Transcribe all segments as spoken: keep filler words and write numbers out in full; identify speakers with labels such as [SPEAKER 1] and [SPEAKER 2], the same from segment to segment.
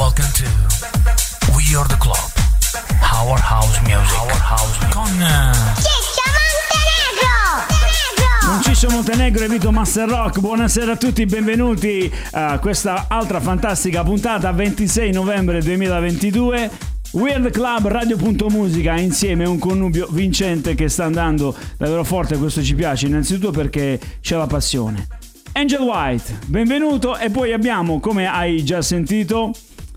[SPEAKER 1] Welcome to We Are The Club, Our House Music, Our House Music. Con uh...
[SPEAKER 2] Ciccio Montenegro!
[SPEAKER 3] Con Ciccio Montenegro e Vito Master Rock. Buonasera a tutti, benvenuti a questa altra fantastica puntata, ventisei novembre duemilaventidue. We Are The Club, Radio.Musica, insieme un connubio vincente che sta andando davvero forte. Questo ci piace innanzitutto perché c'è la passione. Angel White, benvenuto. E poi abbiamo, come hai già sentito,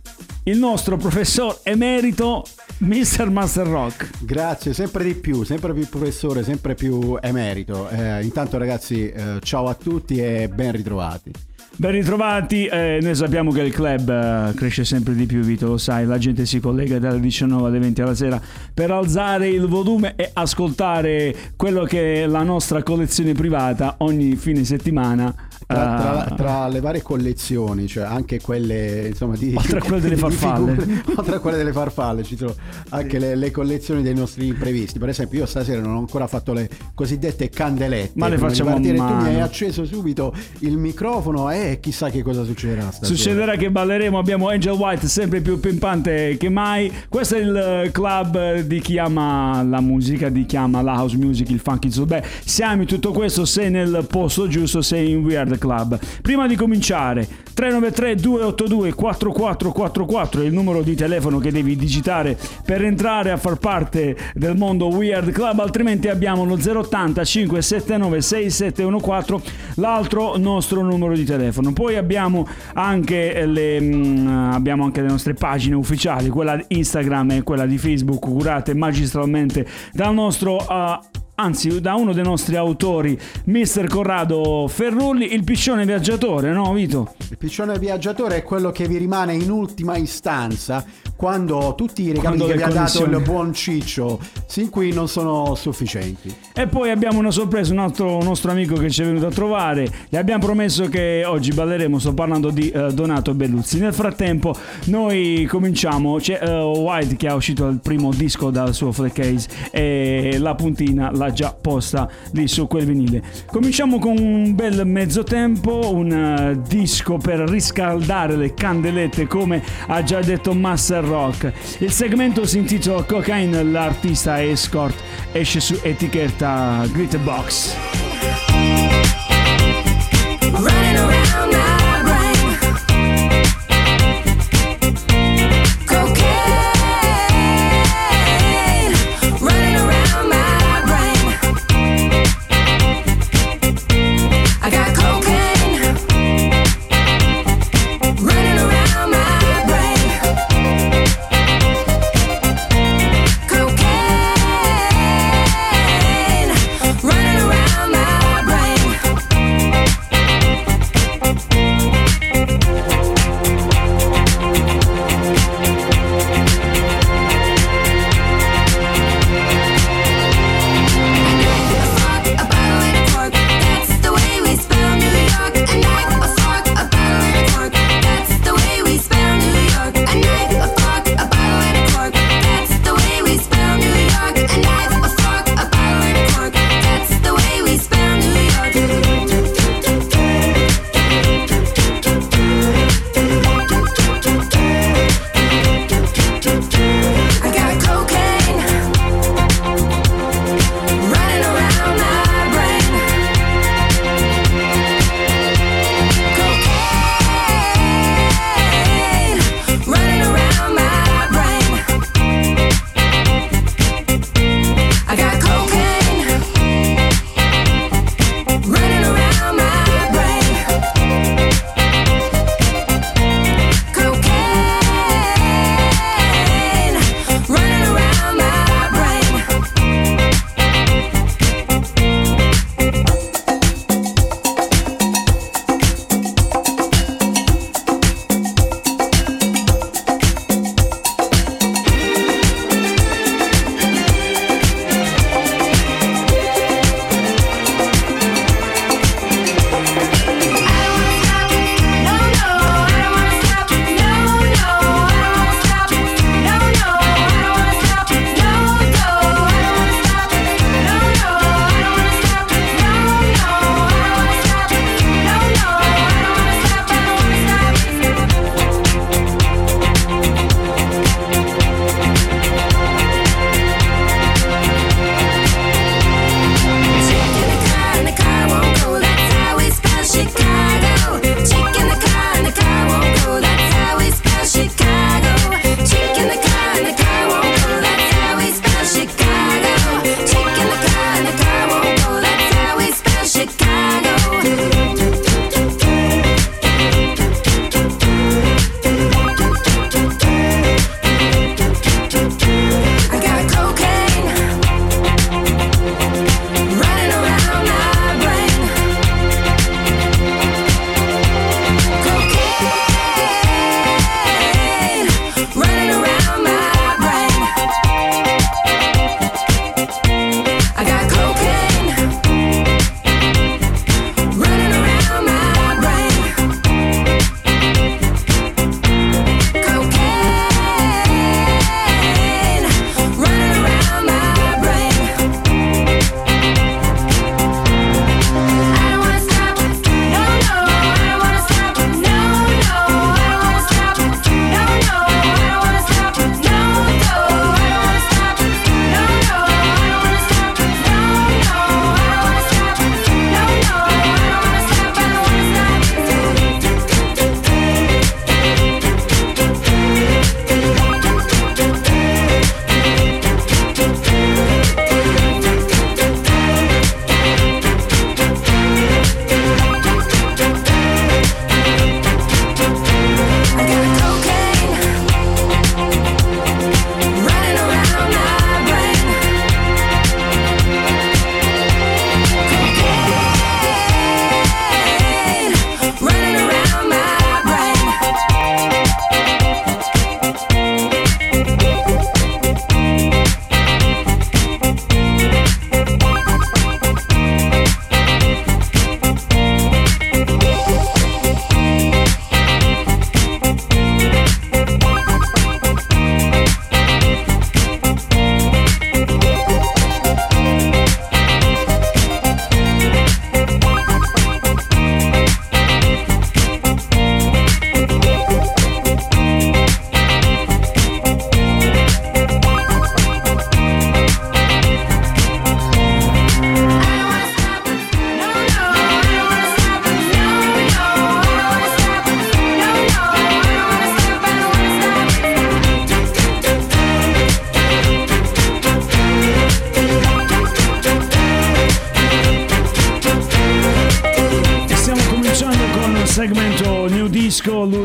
[SPEAKER 3] il nostro professor emerito mister Master Rock.
[SPEAKER 4] Grazie, sempre di più, sempre più professore, sempre più emerito. Eh, intanto ragazzi, eh, ciao a tutti e ben ritrovati.
[SPEAKER 3] Ben ritrovati, eh, noi sappiamo che il club eh, cresce sempre di più, Vito, lo sai, la gente si collega dalle diciannove alle venti alla sera per alzare il volume e ascoltare quello che è la nostra collezione privata ogni fine settimana.
[SPEAKER 4] Tra, tra, tra le varie collezioni, cioè anche quelle insomma di
[SPEAKER 3] oltre a quelle delle farfalle,
[SPEAKER 4] oltre a quelle delle farfalle ci sono anche le, le collezioni dei nostri imprevisti. Per esempio, io stasera non ho ancora fatto le cosiddette candelette,
[SPEAKER 3] ma le facciamo a mano.
[SPEAKER 4] Tu mi hai acceso subito il microfono e chissà che cosa succederà stasera.
[SPEAKER 3] Succederà che balleremo. Abbiamo Angel White sempre più pimpante che mai. Questo è il club di chi ama la musica, di chi ama la house music, il funky soul. Beh, se ami tutto questo, sei nel posto giusto, sei in We Are The Club. Prima di cominciare, tre nove tre due otto due quattro quattro quattro quattro è il numero di telefono che devi digitare per entrare a far parte del mondo We Are The Club, altrimenti abbiamo lo zero ottanta cinque sette nove sei sette uno quattro, l'altro nostro numero di telefono. Poi abbiamo anche le mh, abbiamo anche le nostre pagine ufficiali, quella di Instagram e quella di Facebook, curate magistralmente dal nostro uh, anzi da uno dei nostri autori, mister Corrado Ferrulli, il piccione viaggiatore, no Vito?
[SPEAKER 4] Il piccione viaggiatore è quello che vi rimane in ultima istanza quando tutti i regali quando che vi ha dato il buon Ciccio sin qui non sono sufficienti.
[SPEAKER 3] E poi abbiamo una sorpresa, un altro un nostro amico che ci è venuto a trovare. Gli abbiamo promesso che oggi balleremo, sto parlando di uh, Donato Belluzzi. Nel frattempo noi cominciamo. C'è uh, White che ha uscito il primo disco dal suo flat case e la puntina l'ha già posta lì su quel vinile. Cominciamo con un bel mezzotempo, un uh, disco per riscaldare le candelette, come ha già detto Master Rock. Il segmento si intitola Cocaine, l'artista è Escort, esce su etichetta Glitterbox.
[SPEAKER 5] Running around my brain, cocaine, running around my brain. I got cocaine, running around my brain. Cocaine, running around my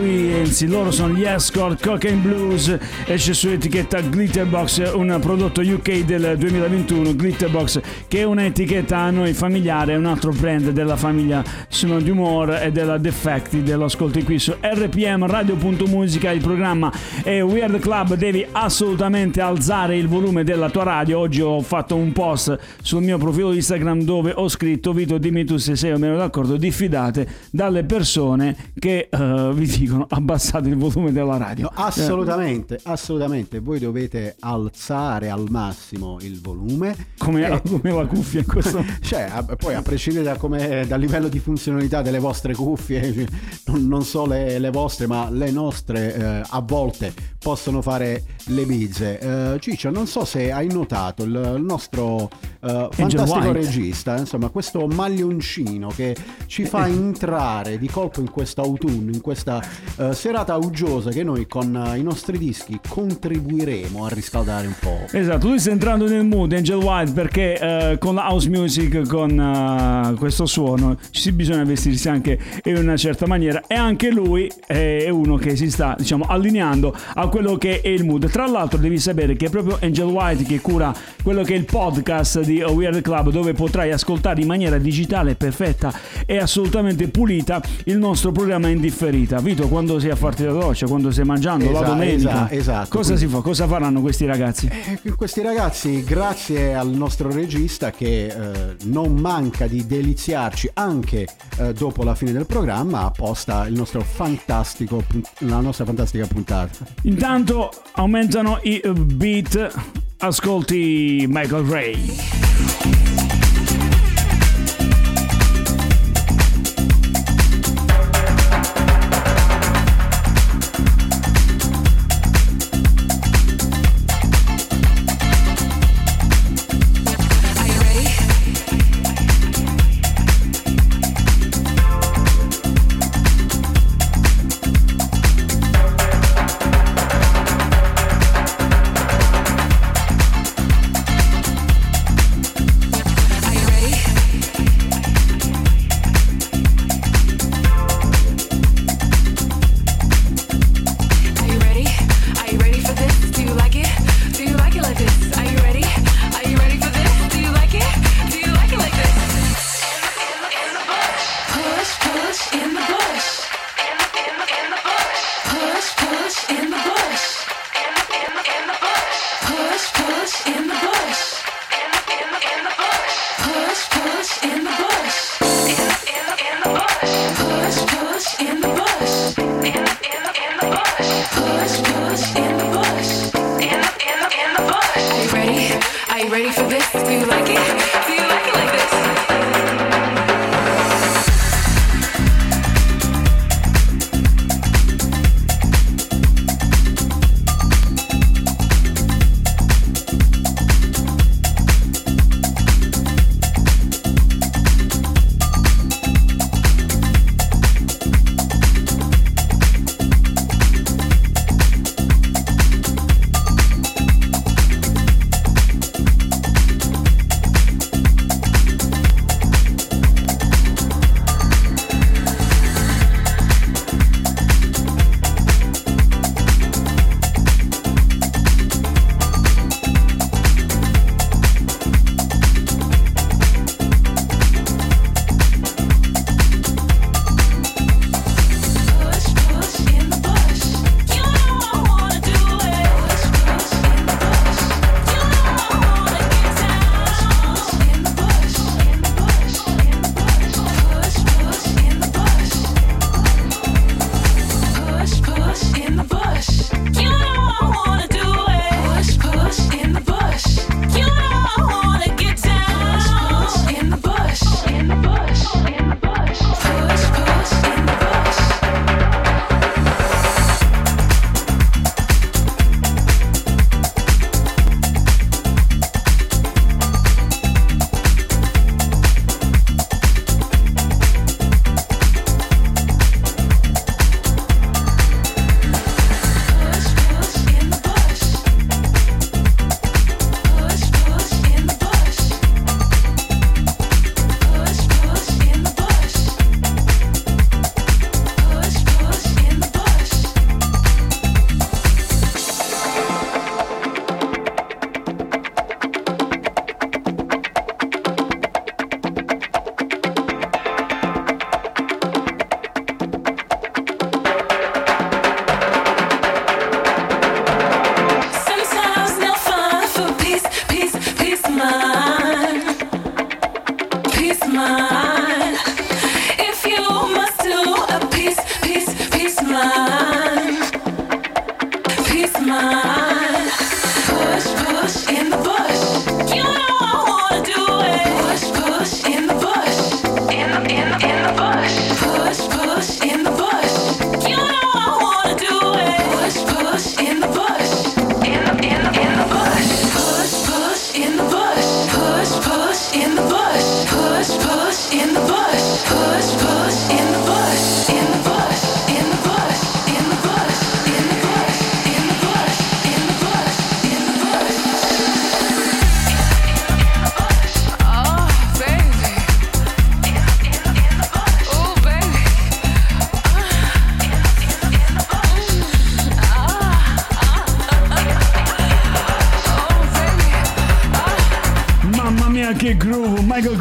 [SPEAKER 3] Experience, loro sono gli Escort, Cocaine Blues, esce su etichetta Glitterbox, un prodotto U K del duemilaventuno. Glitterbox, che è un'etichetta a noi familiare, è un altro brand della famiglia Simon Dumore e della Defecti, dello ascolti qui su R P M Radio.musica. Il programma è Weird Club, devi assolutamente alzare il volume della tua radio. Oggi ho fatto un post sul mio profilo Instagram dove ho scritto: Vito, dimmi tu se sei o meno d'accordo, diffidate dalle persone che uh, vi dicono abbassate il volume della radio.
[SPEAKER 4] No, assolutamente, eh. assolutamente, voi dovete alzare al massimo il volume
[SPEAKER 3] come,
[SPEAKER 4] e...
[SPEAKER 3] come la cuffia in questo
[SPEAKER 4] cioè, poi a prescindere da come, dal livello di funzionalità delle vostre cuffie, non, non solo le, le vostre ma le nostre eh, a volte possono fare le bizze. uh, Ciccio, non so se hai notato il, il nostro uh, fantastico regista, insomma, questo maglioncino che ci fa entrare di colpo in questo autunno, in questa uh, serata uggiosa che noi con uh, i nostri dischi contribuiremo a riscaldare un po'.
[SPEAKER 3] Esatto, lui sta entrando nel mood, Angel White, perché uh, con la house music, con uh, questo suono ci bisogna vestirsi anche in una certa maniera, e anche lui è uno che si sta, diciamo, allineando a quello che è il mood. Tra l'altro devi sapere che è proprio Angel White che cura quello che è il podcast di Weird Club, dove potrai ascoltare in maniera digitale perfetta e assolutamente pulita il nostro programma in differita. Vito, quando sei a farti la doccia, quando stai mangiando, esatto, la domenica,
[SPEAKER 4] esatto, esatto.
[SPEAKER 3] cosa
[SPEAKER 4] Quindi,
[SPEAKER 3] si fa? Cosa faranno questi ragazzi?
[SPEAKER 4] Eh, questi ragazzi, grazie al nostro regista che eh, non manca di deliziarci anche eh, dopo la fine del programma, posta il nostro fantastico, la nostra fantastica puntata.
[SPEAKER 3] Intanto aumentano i beat, ascolti Michael Ray.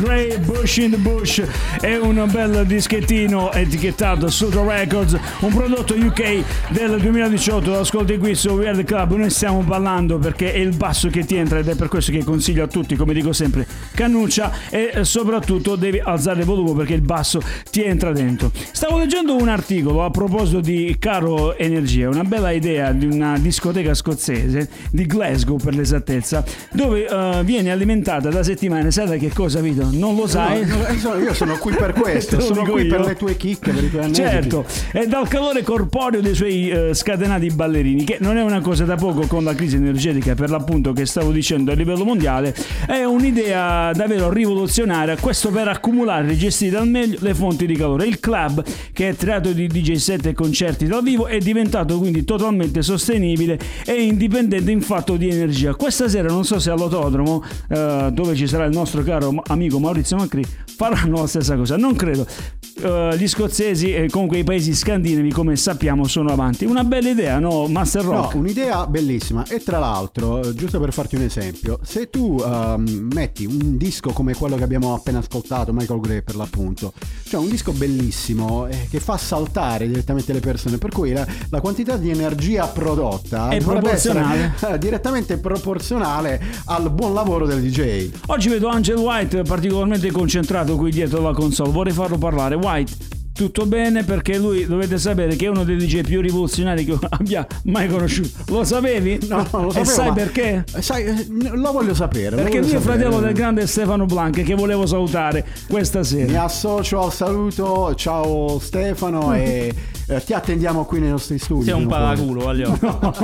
[SPEAKER 3] Gray, Bush in the Bush, è un bel dischettino etichettato Sutra Records, un prodotto U K del duemiladiciotto. Lo ascolti qui su We Are The Club. Noi stiamo ballando perché è il basso che ti entra, ed è per questo che consiglio a tutti, come dico sempre, cannuccia, e soprattutto devi alzare il volume perché il basso ti entra dentro. Stavo leggendo un articolo a proposito di Caro Energia, una bella idea di una discoteca scozzese di Glasgow per l'esattezza, dove uh, viene alimentata da settimane. Sai da che cosa, Vito? Non lo sai?
[SPEAKER 4] No, no, io sono qui per questo,
[SPEAKER 3] Te lo
[SPEAKER 4] sono
[SPEAKER 3] dico
[SPEAKER 4] qui
[SPEAKER 3] io.
[SPEAKER 4] per le tue chicche, per i tuoi aneddoti.
[SPEAKER 3] Certo, è dal calore corporeo dei suoi uh, scatenati ballerini, che non è una cosa da poco con la crisi energetica, per l'appunto, che stavo dicendo a livello mondiale. È un'idea davvero rivoluzionaria, questo per accumulare e gestire al meglio le fonti di calore. Il club, che è tratto di D J set e concerti dal vivo, è diventato quindi totalmente sostenibile e indipendente in fatto di energia. Questa sera, non so se all'Autodromo, uh, dove ci sarà il nostro caro amico Maurizio Macri, faranno la stessa cosa. Non credo. Uh, gli scozzesi e comunque i paesi scandinavi, come sappiamo, sono avanti. Una bella idea, no, Master Rock?
[SPEAKER 4] No, un'idea bellissima. E tra l'altro, giusto per farti un esempio, se tu um, metti un disco come quello che abbiamo appena ascoltato, Michael Gray per l'appunto, cioè un disco bellissimo eh, che fa saltare direttamente le persone, per cui la, la quantità di energia prodotta
[SPEAKER 3] È
[SPEAKER 4] dovrebbe
[SPEAKER 3] proporzionale.
[SPEAKER 4] essere eh, direttamente proporzionale al buon lavoro del D J.
[SPEAKER 3] Oggi vedo Angel White particolarmente concentrato qui dietro la console. Vorrei farlo parlare. White, tutto bene? Perché lui, dovete sapere che è uno dei D J più rivoluzionari che abbia mai conosciuto. Lo sapevi?
[SPEAKER 4] No, non lo sapevo.
[SPEAKER 3] E sai
[SPEAKER 4] ma-
[SPEAKER 3] perché?
[SPEAKER 4] eh, Sai, eh, lo voglio sapere. lo
[SPEAKER 3] Perché
[SPEAKER 4] voglio
[SPEAKER 3] mio
[SPEAKER 4] sapere.
[SPEAKER 3] fratello del grande Stefano Blanca, che volevo salutare questa
[SPEAKER 4] Mi
[SPEAKER 3] sera.
[SPEAKER 4] associo al saluto, ciao Stefano, e eh, ti attendiamo qui nei nostri studi.
[SPEAKER 2] Sei un
[SPEAKER 4] prima o poi.
[SPEAKER 2] paraculo, voglio.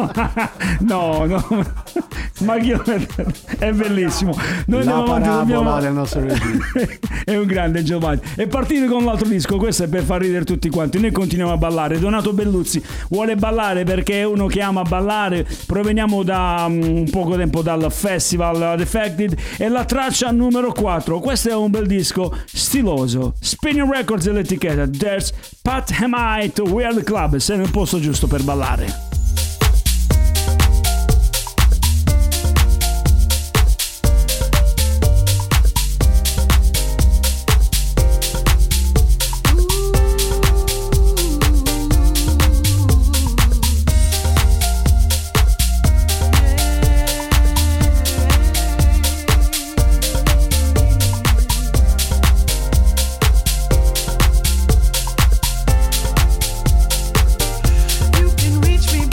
[SPEAKER 3] No, no, ma chi è bellissimo. Noi
[SPEAKER 4] La
[SPEAKER 3] andiamo avanti,
[SPEAKER 4] parabola
[SPEAKER 3] dobbiamo-
[SPEAKER 4] del nostro regista.
[SPEAKER 3] È un grande Angel White. E partire con l'altro disco, questo è per far ridere tutti quanti. Noi continuiamo a ballare. Donato Belluzzi vuole ballare perché è uno che ama ballare. Proveniamo da um, un poco tempo dal festival Defected, e la traccia numero quattro. Questo è un bel disco stiloso. Spinning Records è l'etichetta. There's Pat Hamite, We Are The Club. Sei nel posto giusto per ballare.
[SPEAKER 6] You can reach me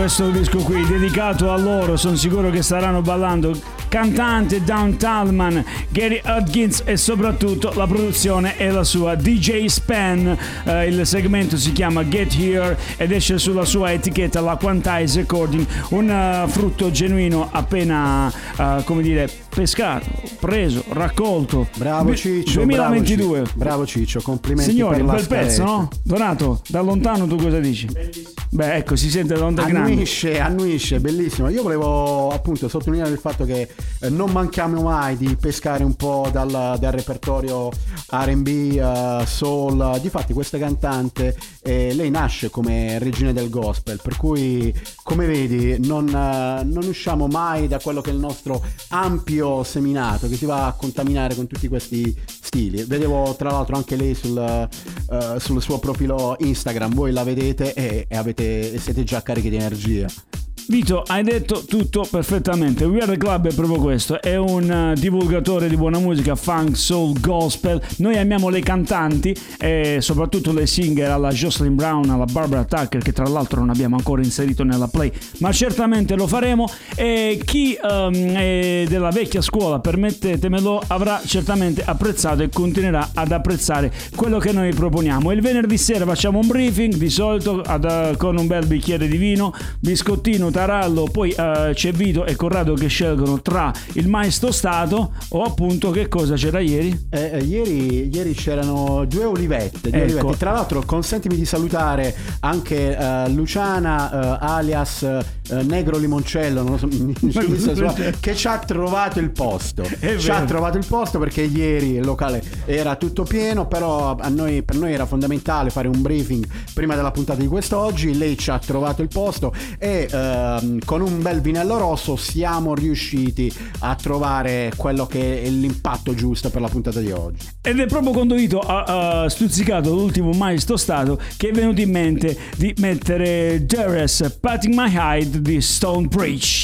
[SPEAKER 3] questo disco qui, dedicato a loro, sono sicuro che staranno ballando. Cantante Dawn Tallman, Gary Hudgens e soprattutto la produzione è la sua D J Span. Eh, il segmento si chiama Get Here ed esce sulla sua etichetta, la Quantize Recording, un uh, frutto genuino appena uh, come dire pescato, preso, raccolto.
[SPEAKER 4] Bravo Ciccio,
[SPEAKER 3] duemilaventidue.
[SPEAKER 4] bravo Ciccio, bravo Ciccio, complimenti.
[SPEAKER 3] Signori,
[SPEAKER 4] per
[SPEAKER 3] un
[SPEAKER 4] la
[SPEAKER 3] bel pezzo,
[SPEAKER 4] scaletta.
[SPEAKER 3] no? Donato, da lontano tu cosa dici? Bellissimo. Beh, ecco, si sente da onda grande.
[SPEAKER 4] Annuisce, annuisce, bellissimo. Io volevo appunto sottolineare il fatto che eh, non manchiamo mai di pescare un po' dal, dal repertorio R and B, uh, soul. Difatti questa cantante, eh, lei nasce come regina del gospel, per cui come vedi non, uh, non usciamo mai da quello che è il nostro ampio seminato che si va a contaminare con tutti questi stili. Vedevo tra l'altro anche lei sul, uh, sul suo profilo Instagram, voi la vedete e, e avete e siete già carichi di energia.
[SPEAKER 3] Vito, hai detto tutto perfettamente. We Are The Club è proprio questo, è un uh, divulgatore di buona musica, funk, soul, gospel. Noi amiamo le cantanti e soprattutto le singer alla Jocelyn Brown, alla Barbara Tucker, che tra l'altro non abbiamo ancora inserito nella play, ma certamente lo faremo. E chi um, è della vecchia scuola, permettetemelo, avrà certamente apprezzato e continuerà ad apprezzare quello che noi proponiamo. Il venerdì sera facciamo un briefing, di solito ad, con un bel bicchiere di vino, biscottino, tarallo, poi uh, c'è Vito e Corrado che scelgono tra il mais tostato o appunto che cosa c'era ieri?
[SPEAKER 4] Eh, eh, ieri, ieri c'erano due olivette, due
[SPEAKER 3] Ecco.
[SPEAKER 4] olivette. Tra l'altro consentimi di salutare anche uh, Luciana uh, alias uh, Negro Limoncello, non lo so, mi- mi so- so- che ci ha trovato il posto.
[SPEAKER 3] È
[SPEAKER 4] Ci ha
[SPEAKER 3] vero.
[SPEAKER 4] trovato il posto perché ieri il locale era tutto pieno, però a noi, per noi era fondamentale fare un briefing prima della puntata di quest'oggi. Lei ci ha trovato il posto e ehm, con un bel vinello rosso siamo riusciti a trovare quello che è l'impatto giusto per la puntata di oggi.
[SPEAKER 3] Ed è proprio quando Vito ha ha stuzzicato l'ultimo mais tostato che è venuto in mente di mettere Duress, Patting My Hide di Stone Preach.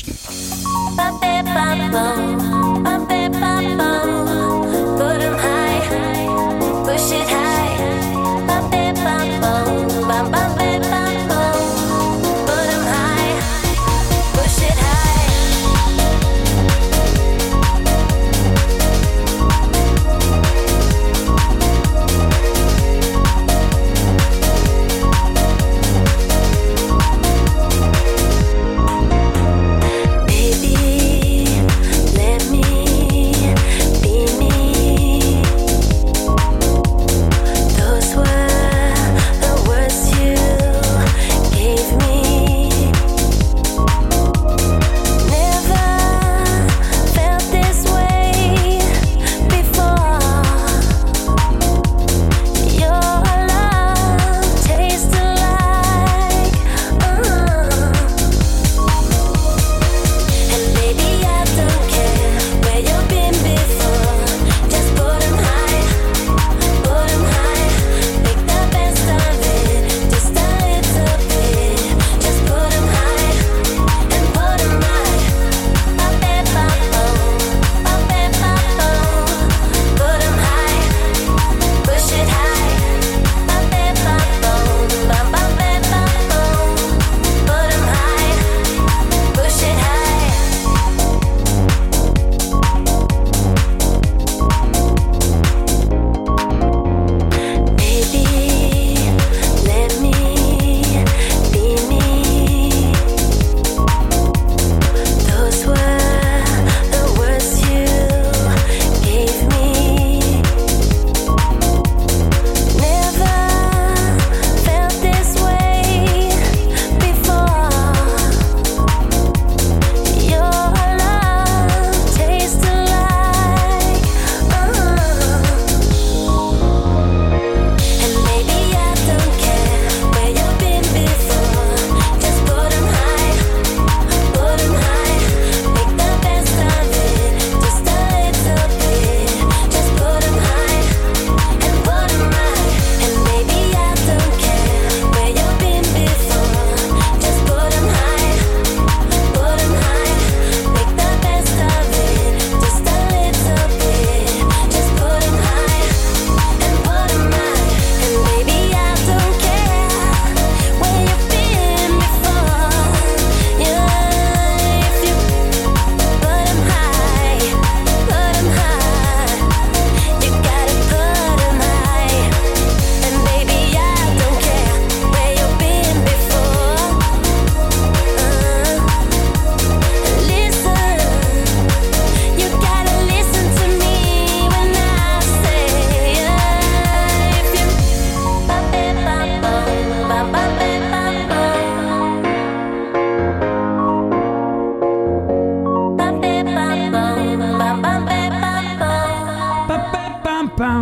[SPEAKER 2] Put 'em high, push it high. Put 'em high, push it high. Baby, let me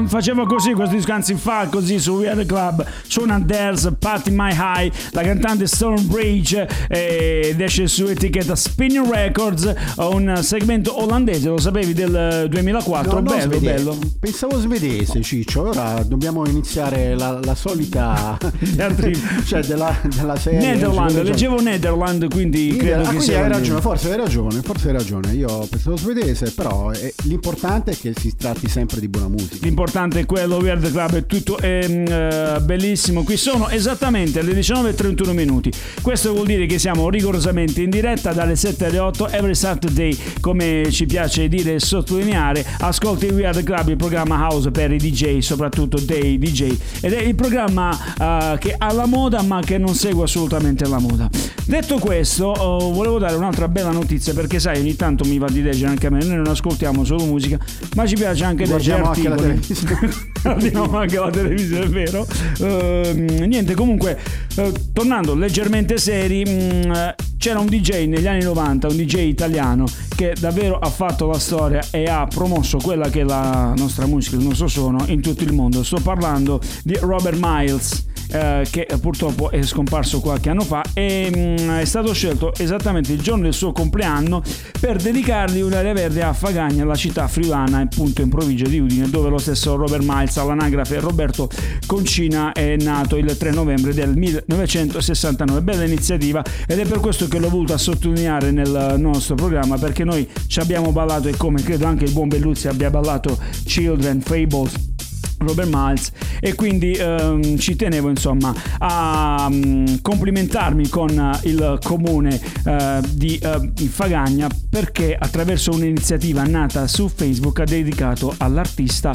[SPEAKER 3] faceva così questo disco, anzi fa così su We Are The Club, suona dance, Party My High, la cantante Stonebridge, eh, ed esce su etichetta Spinning Records, un segmento olandese, lo sapevi, del duemilaquattro.
[SPEAKER 4] No, no,
[SPEAKER 3] bello,
[SPEAKER 4] svedese.
[SPEAKER 3] bello.
[SPEAKER 4] Pensavo svedese, Ciccio. Ora dobbiamo iniziare la, la solita
[SPEAKER 3] Gli altri-
[SPEAKER 4] cioè della, della serie
[SPEAKER 3] Netherland,
[SPEAKER 4] Cioè,
[SPEAKER 3] leggevo Netherland, quindi
[SPEAKER 4] Sì,
[SPEAKER 3] credo
[SPEAKER 4] ah,
[SPEAKER 3] che
[SPEAKER 4] quindi
[SPEAKER 3] sia
[SPEAKER 4] hai
[SPEAKER 3] olandese.
[SPEAKER 4] ragione, forse hai ragione, forse hai ragione. Io pensavo svedese, però eh, l'importante è che si tratti sempre di buona musica.
[SPEAKER 3] L'importante è quello, We Are The Club, è tutto è, eh, bellissimo. Qui sono esattamente le diciannove e trentuno minuti. Questo vuol dire che siamo rigorosamente in diretta dalle sette alle otto, every Saturday, come ci piace dire e sottolineare. Ascolti We Are The Club, il programma house per i D J, soprattutto dei D J, ed è il programma eh, che ha la moda ma che non segue assolutamente la moda. Detto questo, oh, volevo dare un'altra bella notizia, perché sai, ogni tanto mi va di leggere anche a me, noi non ascoltiamo solo musica, ma ci piace anche leggere
[SPEAKER 4] Guardiamo anche la
[SPEAKER 3] articoli.
[SPEAKER 4] televisione.
[SPEAKER 3] Guardiamo anche la televisione, è vero. Uh, niente, comunque, uh, tornando leggermente seri, mh, c'era un D J negli anni novanta, un D J italiano, che davvero ha fatto la storia e ha promosso quella che è la nostra musica, il nostro suono in tutto il mondo. Sto parlando di Robert Miles, eh, che purtroppo è scomparso qualche anno fa, e mh, è stato scelto esattamente il giorno del suo compleanno per dedicargli un'area verde a Fagagna, la città friulana, appunto in provincia di Udine, dove lo stesso Robert Miles, all'anagrafe Roberto Concina, è nato il tre novembre del millenovecentosessantanove. Bella iniziativa, ed è per questo che l'ho voluta sottolineare nel nostro programma, perché noi ci abbiamo ballato, e come credo anche il buon Belluzzi abbia ballato Children, Fables, Robert Miles, e quindi ehm, ci tenevo insomma a um, complimentarmi con uh, il comune uh, di uh, Fagagna, perché attraverso un'iniziativa nata su Facebook ha dedicato all'artista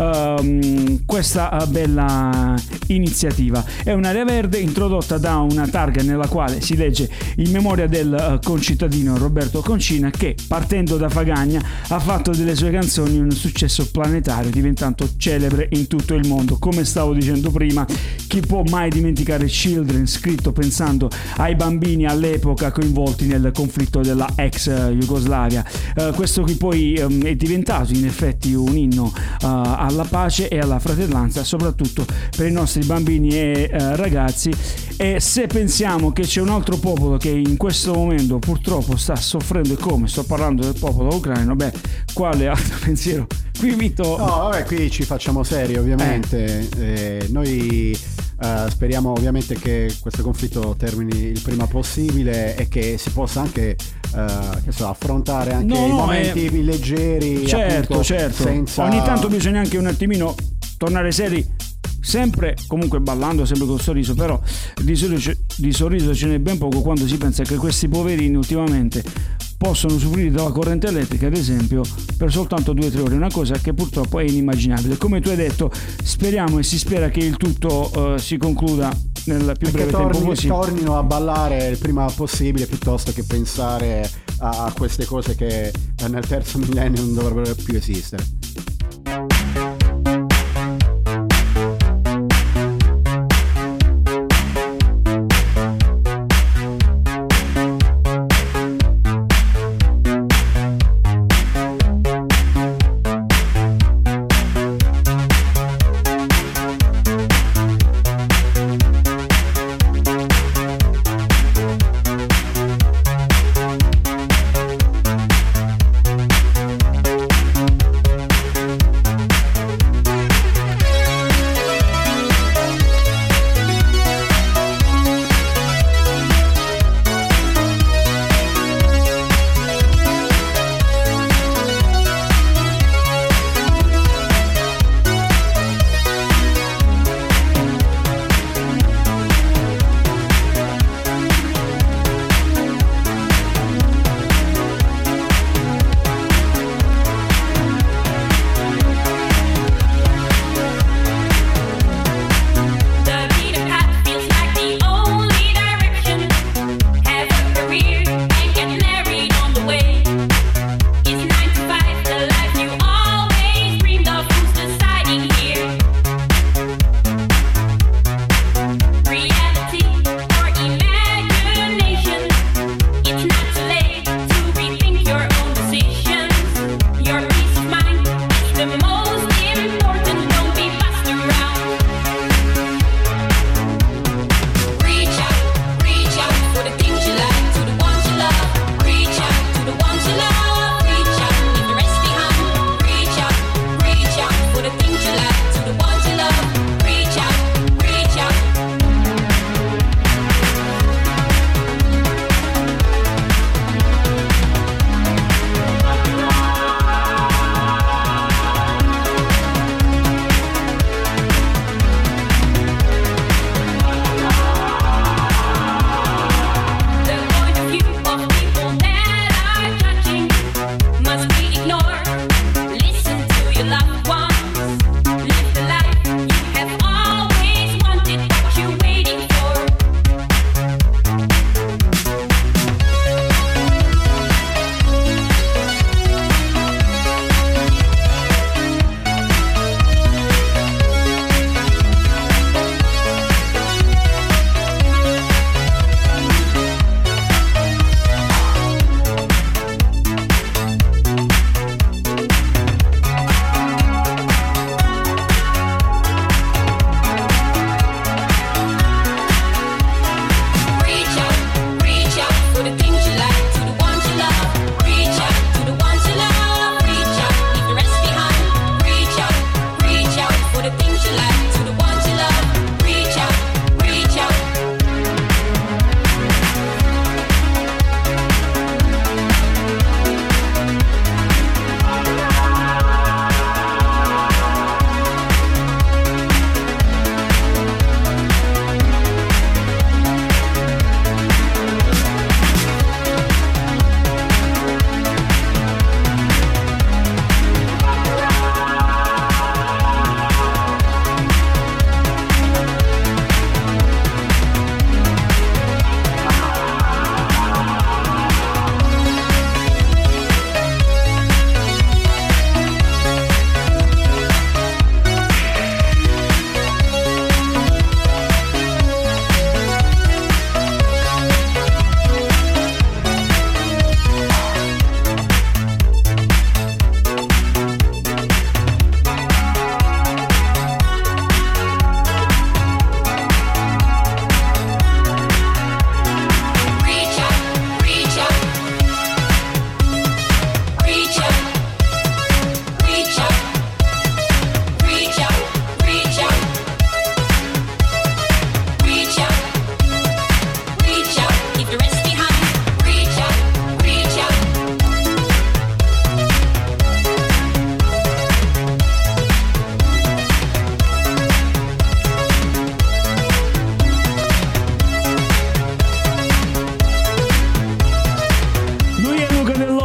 [SPEAKER 3] um, questa uh, bella iniziativa. È un'area verde introdotta da una targa nella quale si legge in memoria del uh, concittadino Roberto Concina, che partendo da Fagagna ha fatto delle sue canzoni un successo planetario, diventando celebre in tutto il mondo. Come stavo dicendo prima, chi può mai dimenticare Children, scritto pensando ai bambini all'epoca coinvolti nel conflitto della ex Jugoslavia. Uh, questo qui poi um, è diventato in effetti un inno uh, alla pace e alla fratellanza, soprattutto per i nostri bambini e uh, ragazzi. E se pensiamo che c'è un altro popolo che in questo momento purtroppo sta soffrendo, e come sto parlando del popolo ucraino, beh, quale altro pensiero? Qui Vito...
[SPEAKER 4] No, vabbè, qui ci facciamo seri ovviamente. Eh. Eh, noi uh, speriamo ovviamente che questo conflitto termini il prima possibile e che si possa anche uh, che so, affrontare anche
[SPEAKER 3] No,
[SPEAKER 4] i
[SPEAKER 3] no,
[SPEAKER 4] momenti
[SPEAKER 3] eh,
[SPEAKER 4] leggeri.
[SPEAKER 3] certo,
[SPEAKER 4] appunto,
[SPEAKER 3] certo.
[SPEAKER 4] Senza...
[SPEAKER 3] Ogni tanto bisogna anche un attimino tornare seri, sempre comunque ballando, sempre col sorriso, però di sorriso, di sorriso ce n'è ben poco quando si pensa che questi poverini ultimamente possono usufruire della corrente elettrica, ad esempio, per soltanto due o tre ore, una cosa che purtroppo è inimmaginabile. Come tu hai detto, speriamo e si spera che il tutto uh, si concluda nel più
[SPEAKER 4] Perché
[SPEAKER 3] breve
[SPEAKER 4] torni,
[SPEAKER 3] tempo possibile.
[SPEAKER 4] tornino a ballare il prima possibile, piuttosto che pensare a, a queste cose che eh, nel terzo millennio non dovrebbero più esistere.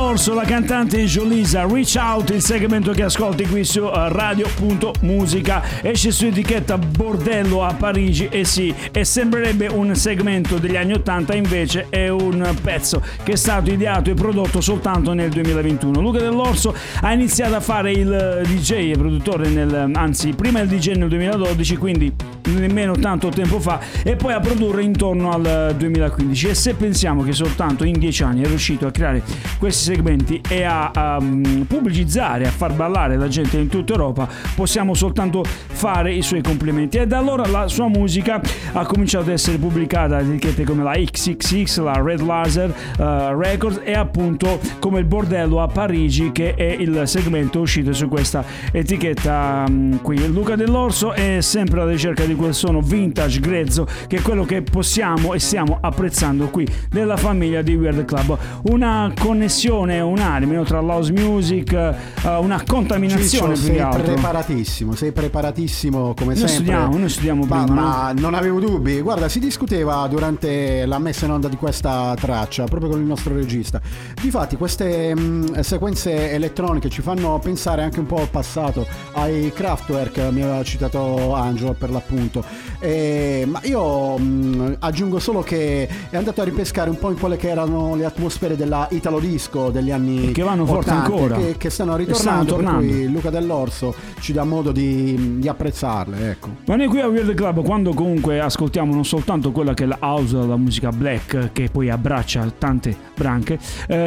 [SPEAKER 3] dell'Orso, la cantante Jolisa, Reach Out, il segmento che ascolti qui su Radio Punto Musica, esce su etichetta Bordello a Parigi, e sì, e sembrerebbe un segmento degli anni ottanta, invece è un pezzo che è stato ideato e prodotto soltanto nel duemilaventuno. Luca Dell'Orso ha iniziato a fare il D J e produttore nel, anzi prima il D J nel duemiladodici, quindi nemmeno tanto tempo fa, e poi a produrre intorno al duemilaquindici. E se pensiamo che soltanto in dieci anni è riuscito a creare questi segmenti e a, a um, pubblicizzare, a far ballare la gente in tutta Europa, possiamo soltanto fare i suoi complimenti. E da allora la sua musica ha cominciato ad essere pubblicata da etichette come la X X X, la Red Laser uh, Records, e appunto come il Bordello a Parigi, che è il segmento uscito su questa etichetta um, qui. Luca Dell'Orso è sempre alla ricerca di quel suono vintage grezzo, che è quello che possiamo e stiamo apprezzando qui nella famiglia di Weird Club. Una connessione unanime tra l'house music, uh, una contaminazione.
[SPEAKER 4] Ciccio,
[SPEAKER 3] più che
[SPEAKER 4] sei
[SPEAKER 3] altro.
[SPEAKER 4] preparatissimo, sei preparatissimo come
[SPEAKER 3] Noi
[SPEAKER 4] sempre.
[SPEAKER 3] studiamo, noi studiamo
[SPEAKER 4] ma,
[SPEAKER 3] prima,
[SPEAKER 4] ma non avevo dubbi. Guarda, si discuteva durante la messa in onda di questa traccia proprio con il nostro regista. Difatti queste mh, sequenze elettroniche ci fanno pensare anche un po' al passato, ai Kraftwerk, mi aveva citato Angelo per l'appunto. E, ma io mh, aggiungo solo che è andato a ripescare un po' in quelle che erano le atmosfere della Italo Disco degli anni
[SPEAKER 3] che vanno forte
[SPEAKER 4] ottanta,
[SPEAKER 3] ancora,
[SPEAKER 4] che, che stanno
[SPEAKER 3] Che
[SPEAKER 4] ritornando,
[SPEAKER 3] stanno
[SPEAKER 4] per
[SPEAKER 3] tornando.
[SPEAKER 4] cui Luca Dell'Orso ci dà modo di, di apprezzarle, ecco.
[SPEAKER 3] Ma noi qui a Weird Club, quando comunque ascoltiamo non soltanto quella che è la house, la musica black, che poi abbraccia tante branche,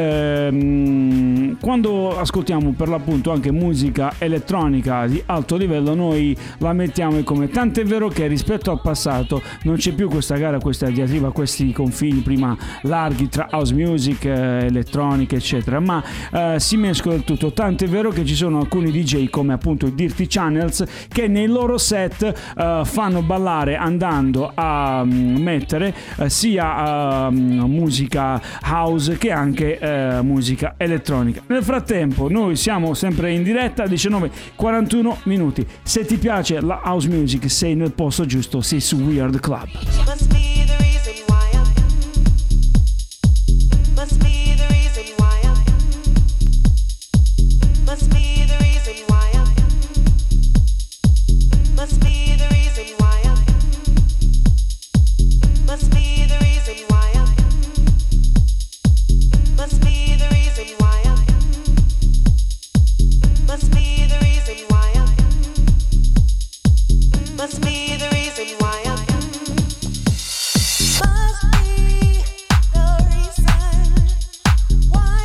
[SPEAKER 3] ehm, quando ascoltiamo per l'appunto anche musica elettronica di alto livello, noi la mettiamo come. Tant'è vero che rispetto al passato non c'è più questa gara, questa diatriba, questi confini prima larghi tra house music, eh, elettronica eccetera, ma eh, si mescola il tutto. Tant'è vero che ci sono alcuni D J come appunto i Dirty Channels che nei loro set eh, fanno ballare andando a um, mettere eh, sia uh, musica house che anche eh, musica elettronica. Nel frattempo noi siamo sempre in diretta, diciannove e quarantuno minuti. Se ti piace la house music sei nel posto giusto, sei su Weird Club.
[SPEAKER 6] Must be the reason why I'm Must be the reason why I'm Must be the reason why I'm Must be the reason why I'm Must be the reason why I'm Must be the reason why I'm Must be the reason why I'm Must be the reason why I'm Must be the reason why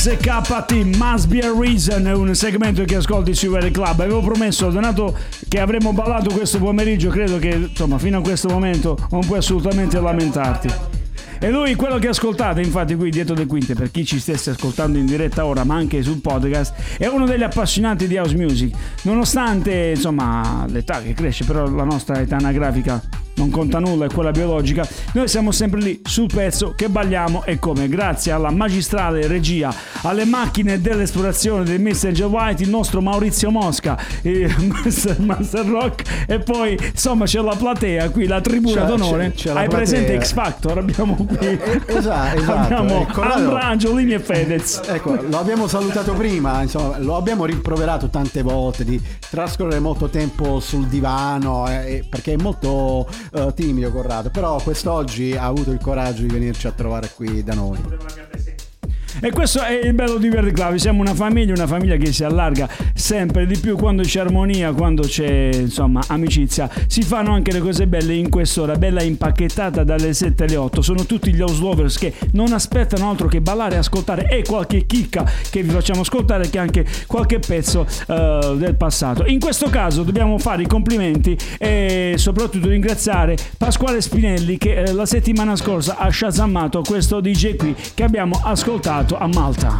[SPEAKER 3] S K T, Must Be a Reason, è un segmento che ascolti su Radio Club. Avevo promesso a Donato che avremmo ballato questo pomeriggio, credo che insomma fino a questo momento non puoi assolutamente lamentarti. E lui, quello che ascoltate infatti qui dietro le quinte, per chi ci stesse ascoltando in diretta ora ma anche sul podcast, è uno degli appassionati di house music, nonostante insomma l'età che cresce, però la nostra età anagrafica non conta nulla, è quella biologica. Noi siamo sempre lì sul pezzo che balliamo, e come grazie alla magistrale regia, alle macchine dell'esplorazione del mister Angel White, il nostro Maurizio Mosca, il Master, Master Rock, e poi insomma c'è la platea qui, la tribuna
[SPEAKER 4] C'è-
[SPEAKER 3] d'onore.
[SPEAKER 4] c'è- c'è la
[SPEAKER 3] Hai
[SPEAKER 4] platea.
[SPEAKER 3] presente X Factor? Abbiamo qui
[SPEAKER 4] Eh, esatto, esatto.
[SPEAKER 3] abbiamo
[SPEAKER 4] Eh, Corrado-
[SPEAKER 3] Ambra, Angiolini e Fedez.
[SPEAKER 4] Ecco, lo abbiamo salutato prima, insomma, lo abbiamo rimproverato tante volte di trascorrere molto tempo sul divano, eh, perché è molto eh, timido Corrado, però quest'oggi ha avuto il coraggio di venirci a trovare qui da noi.
[SPEAKER 3] E questo è il bello di Verde Club, siamo una famiglia, una famiglia che si allarga sempre di più quando c'è armonia, quando c'è insomma amicizia. Si fanno anche le cose belle in quest'ora, bella impacchettata dalle sette alle otto. Sono tutti gli house lovers che non aspettano altro che ballare e ascoltare, e qualche chicca che vi facciamo ascoltare, che anche qualche pezzo uh, del passato. In questo caso dobbiamo fare i complimenti e soprattutto ringraziare Pasquale Spinelli che eh, la settimana scorsa ha shazammato questo D J qui che abbiamo ascoltato a Malta.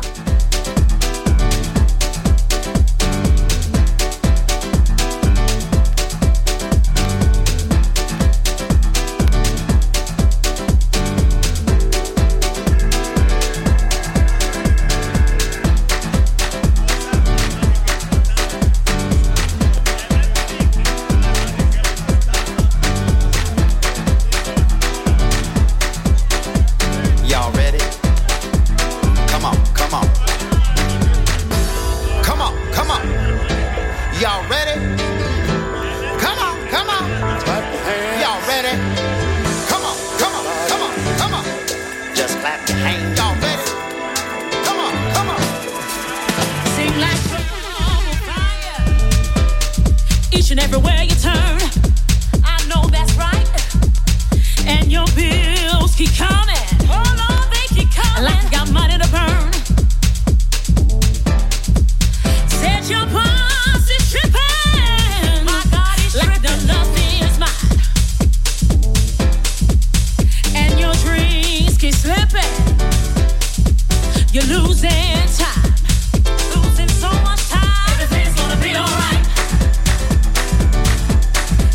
[SPEAKER 7] Y'all ready? Come on, come on. Come on, come on. Y'all ready? Come on, come on. Y'all ready? Come on, come on, come on, come on. Just clap your hands. Y'all ready? Come on, come on.
[SPEAKER 8] Seem like on fire. Each and everywhere you turn, I know that's right. And your bills keep coming. Oh Lord, they keep coming. Like you got money to burn. Said your boss is tripping. My God, he's like tripping. The nothing is mine. And your dreams keep slipping. You're losing time. Losing so much time. Everything's gonna be alright.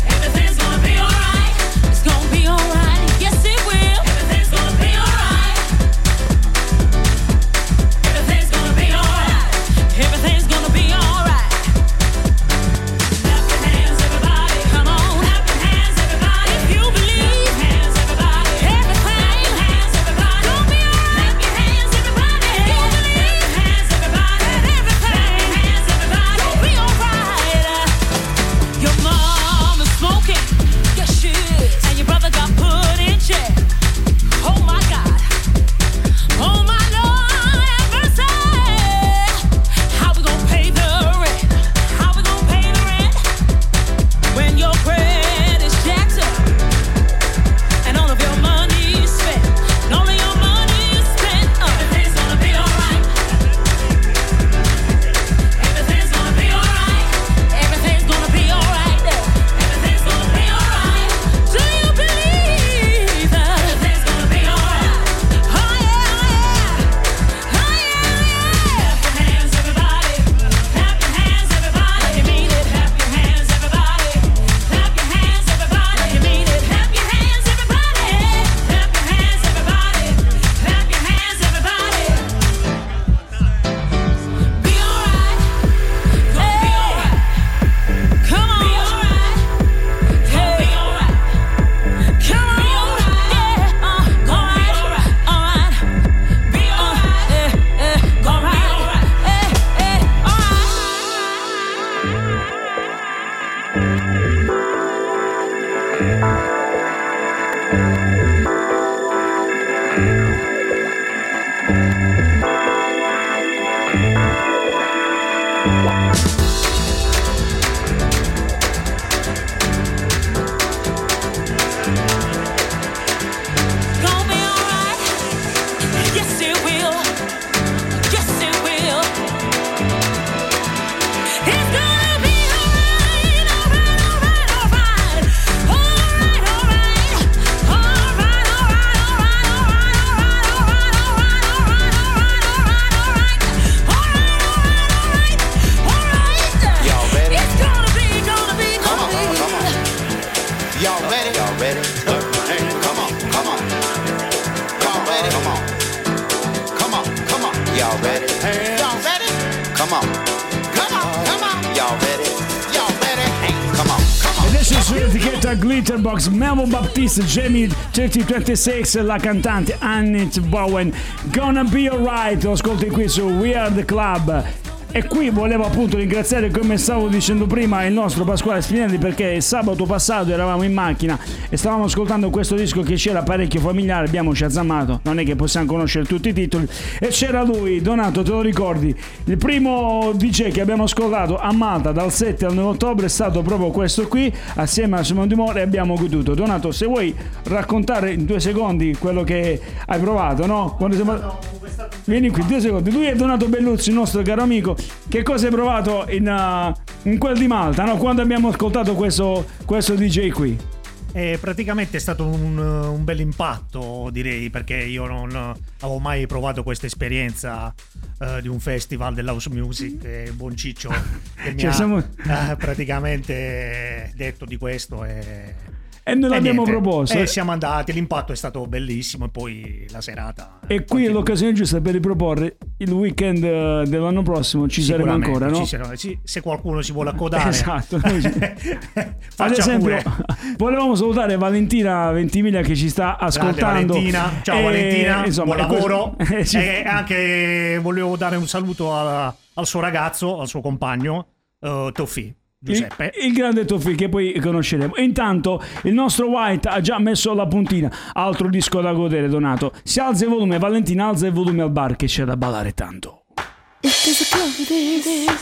[SPEAKER 3] White, Glitterbox, Melvo Baptiste, Jamie tremilaventisei, la cantante Annette Bowen, Gonna Be Alright, lo ascolti qui su We Are The Club. E qui volevo appunto ringraziare, come stavo dicendo prima, il nostro Pasquale Spinelli, perché sabato passato eravamo in macchina e stavamo ascoltando questo disco che c'era parecchio familiare, abbiamo sciazzamato, non è che possiamo conoscere tutti i titoli, e c'era lui, Donato, te lo ricordi? Il primo D J che abbiamo ascoltato a Malta dal sette al nove ottobre è stato proprio questo qui, assieme a Simone Dumore, e abbiamo goduto. Donato, se vuoi raccontare in due secondi quello che hai provato, no? Quando siamo... Vieni qui, due secondi. Lui è Donato Belluzzi, il nostro caro amico. Che cosa hai provato in, uh, in quel di Malta, no? Quando abbiamo ascoltato questo, questo D J qui?
[SPEAKER 9] E praticamente è stato un, un bel impatto, direi, perché io non avevo mai provato questa esperienza uh, di un festival dell'house music. E buon Ciccio che mi
[SPEAKER 3] cioè,
[SPEAKER 9] ha
[SPEAKER 3] siamo...
[SPEAKER 9] uh, praticamente detto di questo e...
[SPEAKER 3] E noi l'abbiamo
[SPEAKER 9] niente.
[SPEAKER 3] proposto.
[SPEAKER 9] E siamo andati, l'impatto è stato bellissimo e poi la serata.
[SPEAKER 3] E qui è l'occasione giusta per riproporre il weekend uh, dell'anno prossimo, ci saremo ancora, no?
[SPEAKER 9] Ci saremo, sì, se qualcuno si vuole accodare.
[SPEAKER 3] Esatto. Ad esempio, volevamo salutare Valentina Ventimiglia che ci sta ascoltando.
[SPEAKER 9] Valentina. Ciao
[SPEAKER 3] e,
[SPEAKER 9] Valentina,
[SPEAKER 3] insomma,
[SPEAKER 9] buon lavoro.
[SPEAKER 3] Questo... eh, sì.
[SPEAKER 9] E anche volevo dare un saluto a, al suo ragazzo, al suo compagno, uh, Toffi. Giuseppe.
[SPEAKER 3] Il, il grande Toffi che poi conosceremo. E intanto il nostro White ha già messo la puntina. Altro disco da godere, Donato. Si alza il volume, Valentina alza il volume al bar che c'è da ballare tanto.
[SPEAKER 2] If there's a girl for this,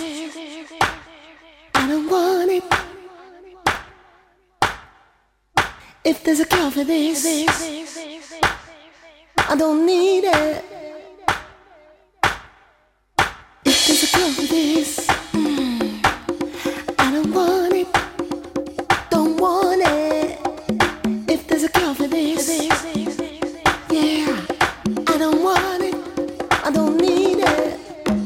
[SPEAKER 2] I don't want it. If there's a girl for this, I don't need it. If there's a girl for this, I don't want it, don't want it. If there's a girl for this, yeah, I don't want it, I don't need it.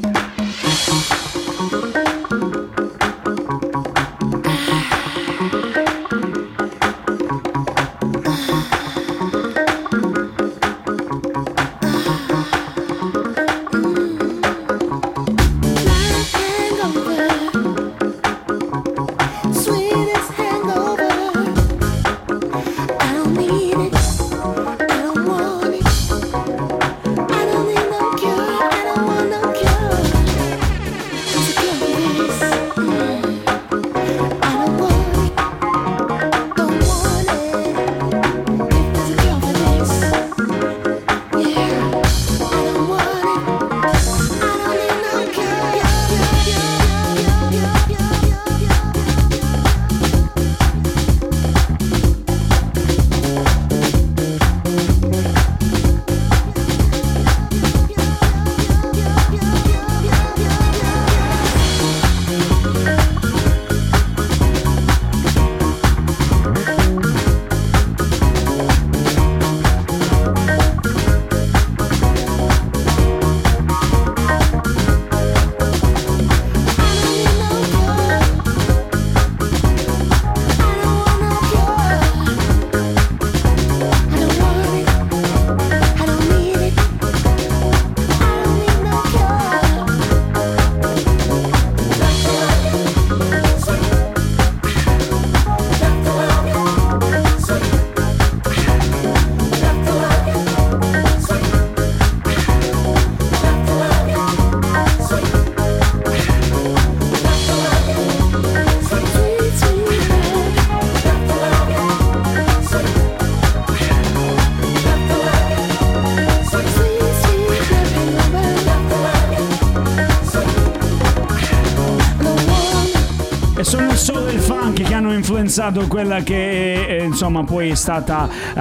[SPEAKER 3] Influenzato quella che è, insomma poi è stata uh,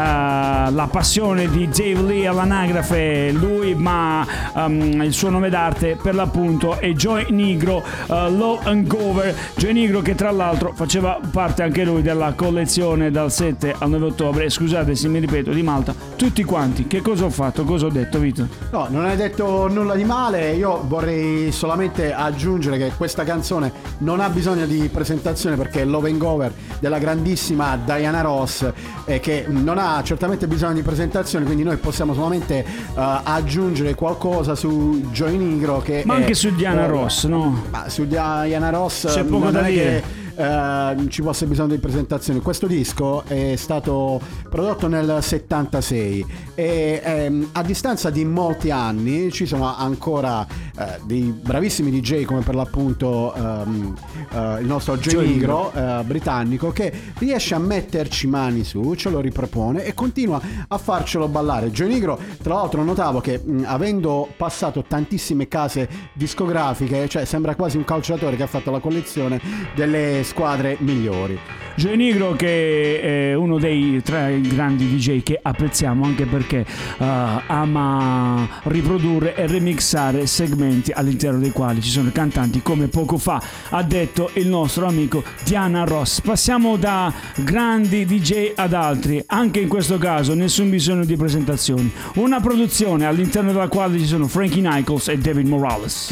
[SPEAKER 3] la passione di Dave Lee all'anagrafe, lui ma um, il suo nome d'arte per l'appunto è Joy Negro, uh, Low and Gover. Joy Negro che tra l'altro faceva parte anche lui della collezione dal sette al nove ottobre. E scusate se mi ripeto, di Malta, tutti quanti. Che cosa ho fatto? Cosa ho detto, Vito?
[SPEAKER 4] No, non hai detto nulla di male. Io vorrei solamente aggiungere che questa canzone non ha bisogno di presentazione perché è Love and Gover della grandissima Diana Ross, eh, che non ha certamente bisogno di presentazione, quindi noi possiamo solamente uh, aggiungere qualcosa su Joy Negro che
[SPEAKER 3] ma
[SPEAKER 4] è,
[SPEAKER 3] anche su Diana
[SPEAKER 4] uh,
[SPEAKER 3] Ross, no?
[SPEAKER 4] Ma su Diana Ross
[SPEAKER 3] c'è poco
[SPEAKER 4] non
[SPEAKER 3] da
[SPEAKER 4] è
[SPEAKER 3] dire.
[SPEAKER 4] che eh, ci fosse bisogno di presentazioni. Questo disco è stato prodotto nel settantasei e ehm, a distanza di molti anni ci sono ancora eh, dei bravissimi D J come per l'appunto ehm, eh, il nostro Joe Nigro eh, britannico, che riesce a metterci mani su, ce lo ripropone e continua a farcelo ballare. Joe Nigro, tra l'altro, notavo che mh, avendo passato tantissime case discografiche, cioè sembra quasi un calciatore che ha fatto la collezione delle squadre migliori.
[SPEAKER 3] Joe Nigro, che è uno dei tra i grandi D J che apprezziamo, anche perché uh, ama riprodurre e remixare segmenti all'interno dei quali ci sono cantanti, come poco fa ha detto il nostro amico Diana Ross. Passiamo da grandi D J ad altri, anche in questo caso nessun bisogno di presentazioni, una produzione all'interno della quale ci sono Frankie Nichols e David Morales.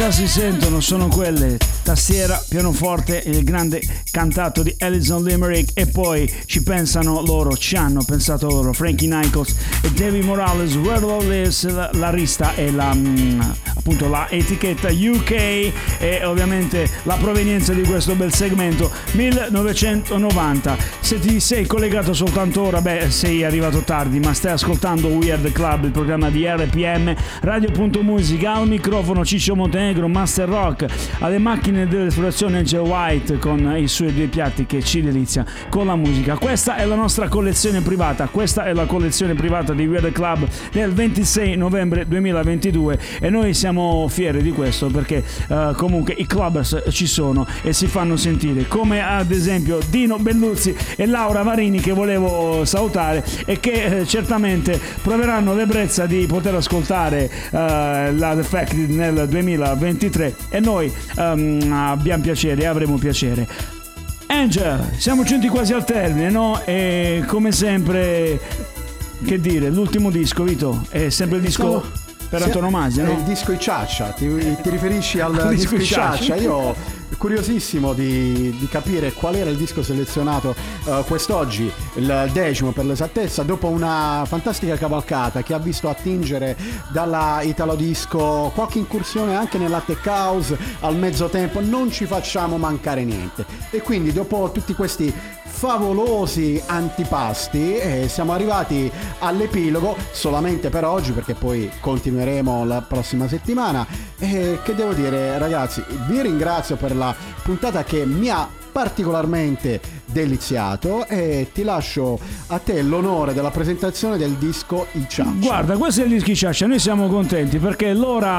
[SPEAKER 3] già si sentono, sono quelle: tastiera, pianoforte, il grande cantato di Alison Limerick, e poi ci pensano loro, ci hanno pensato loro, Frankie Nichols e David Morales, Where Love Lives, la, la rista e la mh, appunto la etichetta U K, e ovviamente la provenienza di questo bel segmento millenovecentonovanta. Se ti sei collegato soltanto ora, beh, sei arrivato tardi, ma stai ascoltando We Are The Club, il programma di R P M, Radio.Musica. Al microfono Ciccio Montenegro, Master Rock, alle macchine dell'esplorazione Angel White con i suoi due piatti che ci delizia con la musica. Questa è la nostra collezione privata, questa è la collezione privata di We Are The Club del ventisei novembre duemilaventidue, e noi siamo fieri di questo perché uh, comunque i clubbers ci sono e si fanno sentire, come ad esempio Dino Belluzzi e Laura Varini, che volevo salutare e che eh, certamente proveranno l'ebbrezza di poter ascoltare uh, la The Fact nel duemilaventitré, e noi um, abbiamo piacere e avremo piacere. Angel, siamo giunti quasi al termine, no? E come sempre, che dire, l'ultimo disco, Vito, è sempre il disco
[SPEAKER 4] Siamo...
[SPEAKER 3] per antonomasia,
[SPEAKER 4] è
[SPEAKER 3] no?
[SPEAKER 4] il disco Icciaccia, ti, ti riferisci al
[SPEAKER 3] Al disco
[SPEAKER 4] disco
[SPEAKER 3] Icciaccia.
[SPEAKER 4] Icciaccia? Io curiosissimo di, di capire qual era il disco selezionato uh, quest'oggi, il decimo per l'esattezza, dopo una fantastica cavalcata che ha visto attingere dalla Italo Disco qualche incursione anche nella Tech House al mezzo tempo. Non ci facciamo mancare niente, e quindi dopo tutti questi favolosi antipasti eh, siamo arrivati all'epilogo solamente per oggi, perché poi continueremo la prossima settimana. E che devo dire, ragazzi, vi ringrazio per la puntata che mi ha particolarmente deliziato, e ti lascio a te l'onore della presentazione del disco Icciaccia.
[SPEAKER 3] Guarda, questo è il disco Icciaccia, noi siamo contenti perché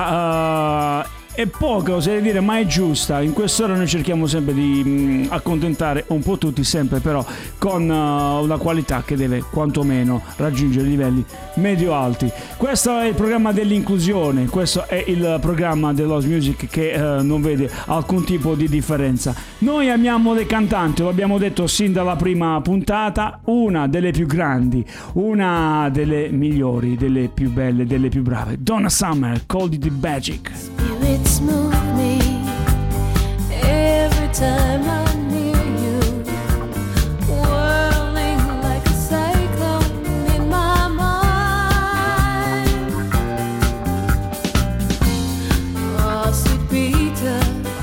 [SPEAKER 3] l'ora uh, è poca, oserei dire, ma è giusta. In quest'ora noi cerchiamo sempre di mh, accontentare un po' tutti, sempre però con uh, una qualità che deve quantomeno raggiungere livelli medio-alti. Questo è il programma dell'inclusione, questo è il programma dell'house music che uh, non vede alcun tipo di differenza. Noi amiamo le cantanti, lo abbiamo detto sin dalla prima puntata, una delle più grandi, una delle migliori, delle più belle, delle più brave, Donna Summer, Called It Magic.
[SPEAKER 2] Spirits move me every time I'm near you, whirling like a cyclone in my mind. Oh, sweet Peter,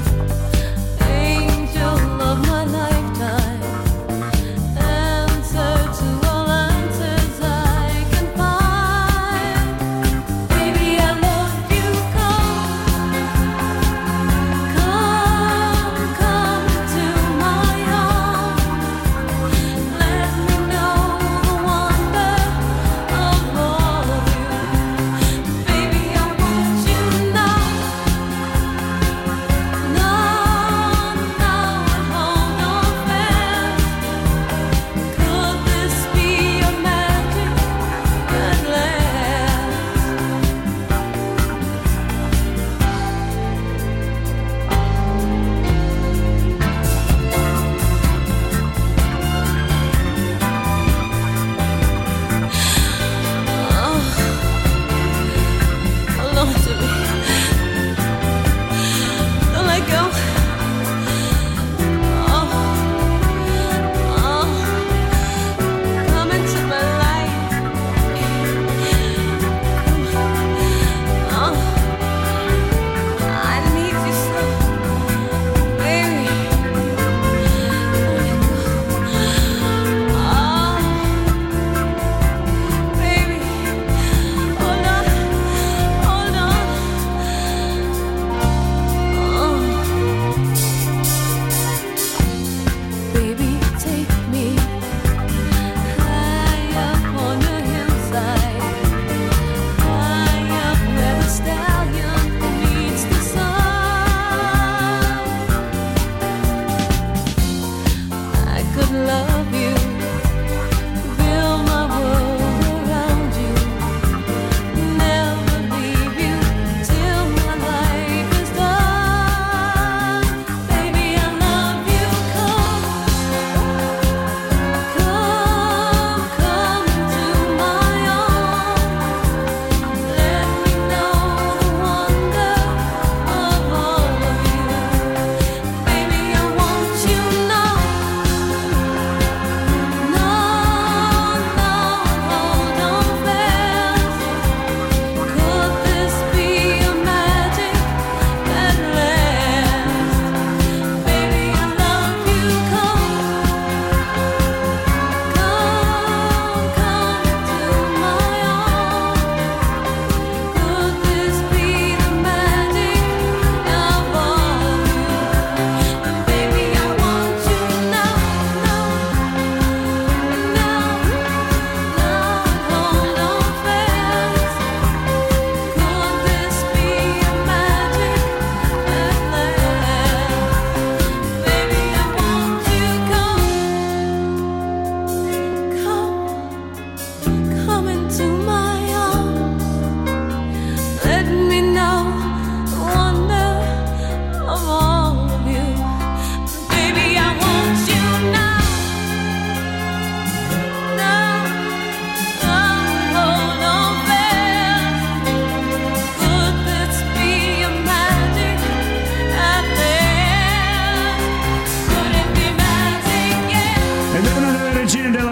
[SPEAKER 2] angel of my lifetime, answer to all answers I can find. Baby, I love you, come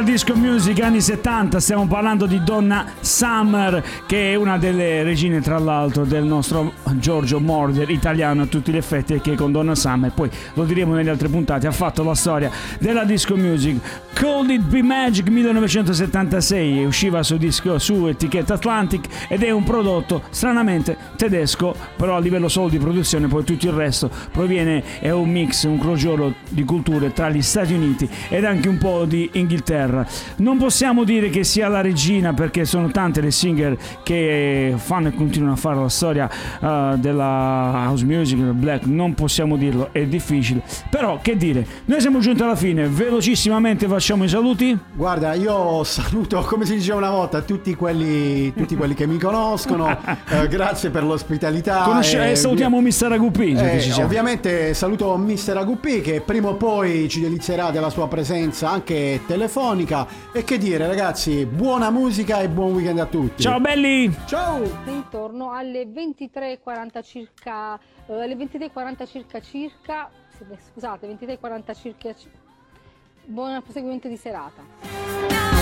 [SPEAKER 3] disco music anni settanta, stiamo parlando di Donna Summer, che è una delle regine tra l'altro del nostro Giorgio Moroder, italiano a tutti gli effetti, e che con Donna Summer, poi lo diremo nelle altre puntate, ha fatto la storia della disco music. Could It Be Magic millenovecentosettantasei, usciva su disco su etichetta Atlantic ed è un prodotto stranamente tedesco, però a livello solo di produzione, poi tutto il resto proviene, è un mix, un crogiolo di culture tra gli Stati Uniti ed anche un po' di Inghilterra. Non possiamo dire che sia la regina, perché sono tante le singer che fanno e continuano a fare la storia uh, della house music, del black, non possiamo dirlo, è difficile, però che dire, noi siamo giunti alla fine, velocissimamente facciamo i saluti.
[SPEAKER 4] Guarda, io saluto, come si diceva una volta, tutti quelli, tutti quelli che mi conoscono, eh, grazie per l'ospitalità.
[SPEAKER 3] Conosce-
[SPEAKER 4] e
[SPEAKER 3] eh, salutiamo mister Aguppi.
[SPEAKER 4] Eh, ovviamente saluto mister Aguppi, che prima o poi ci delizierà della sua presenza anche telefonica. E che dire, ragazzi, buona musica e buon weekend a tutti.
[SPEAKER 3] Ciao belli.
[SPEAKER 4] Ciao.
[SPEAKER 10] Intorno alle ventitré e quaranta circa, eh, alle ventitré e quaranta circa circa, scusate, ventitré e quaranta circa. Buon proseguimento di serata.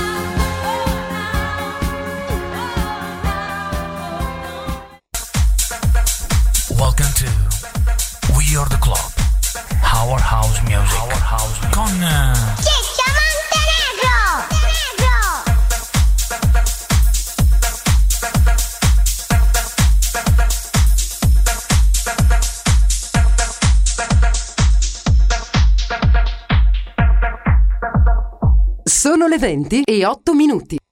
[SPEAKER 1] Welcome to We Are The Club, Our House Music, Our House Music. Con uh,
[SPEAKER 2] Ciccio Montenegro!
[SPEAKER 11] Sono le venti e otto minuti.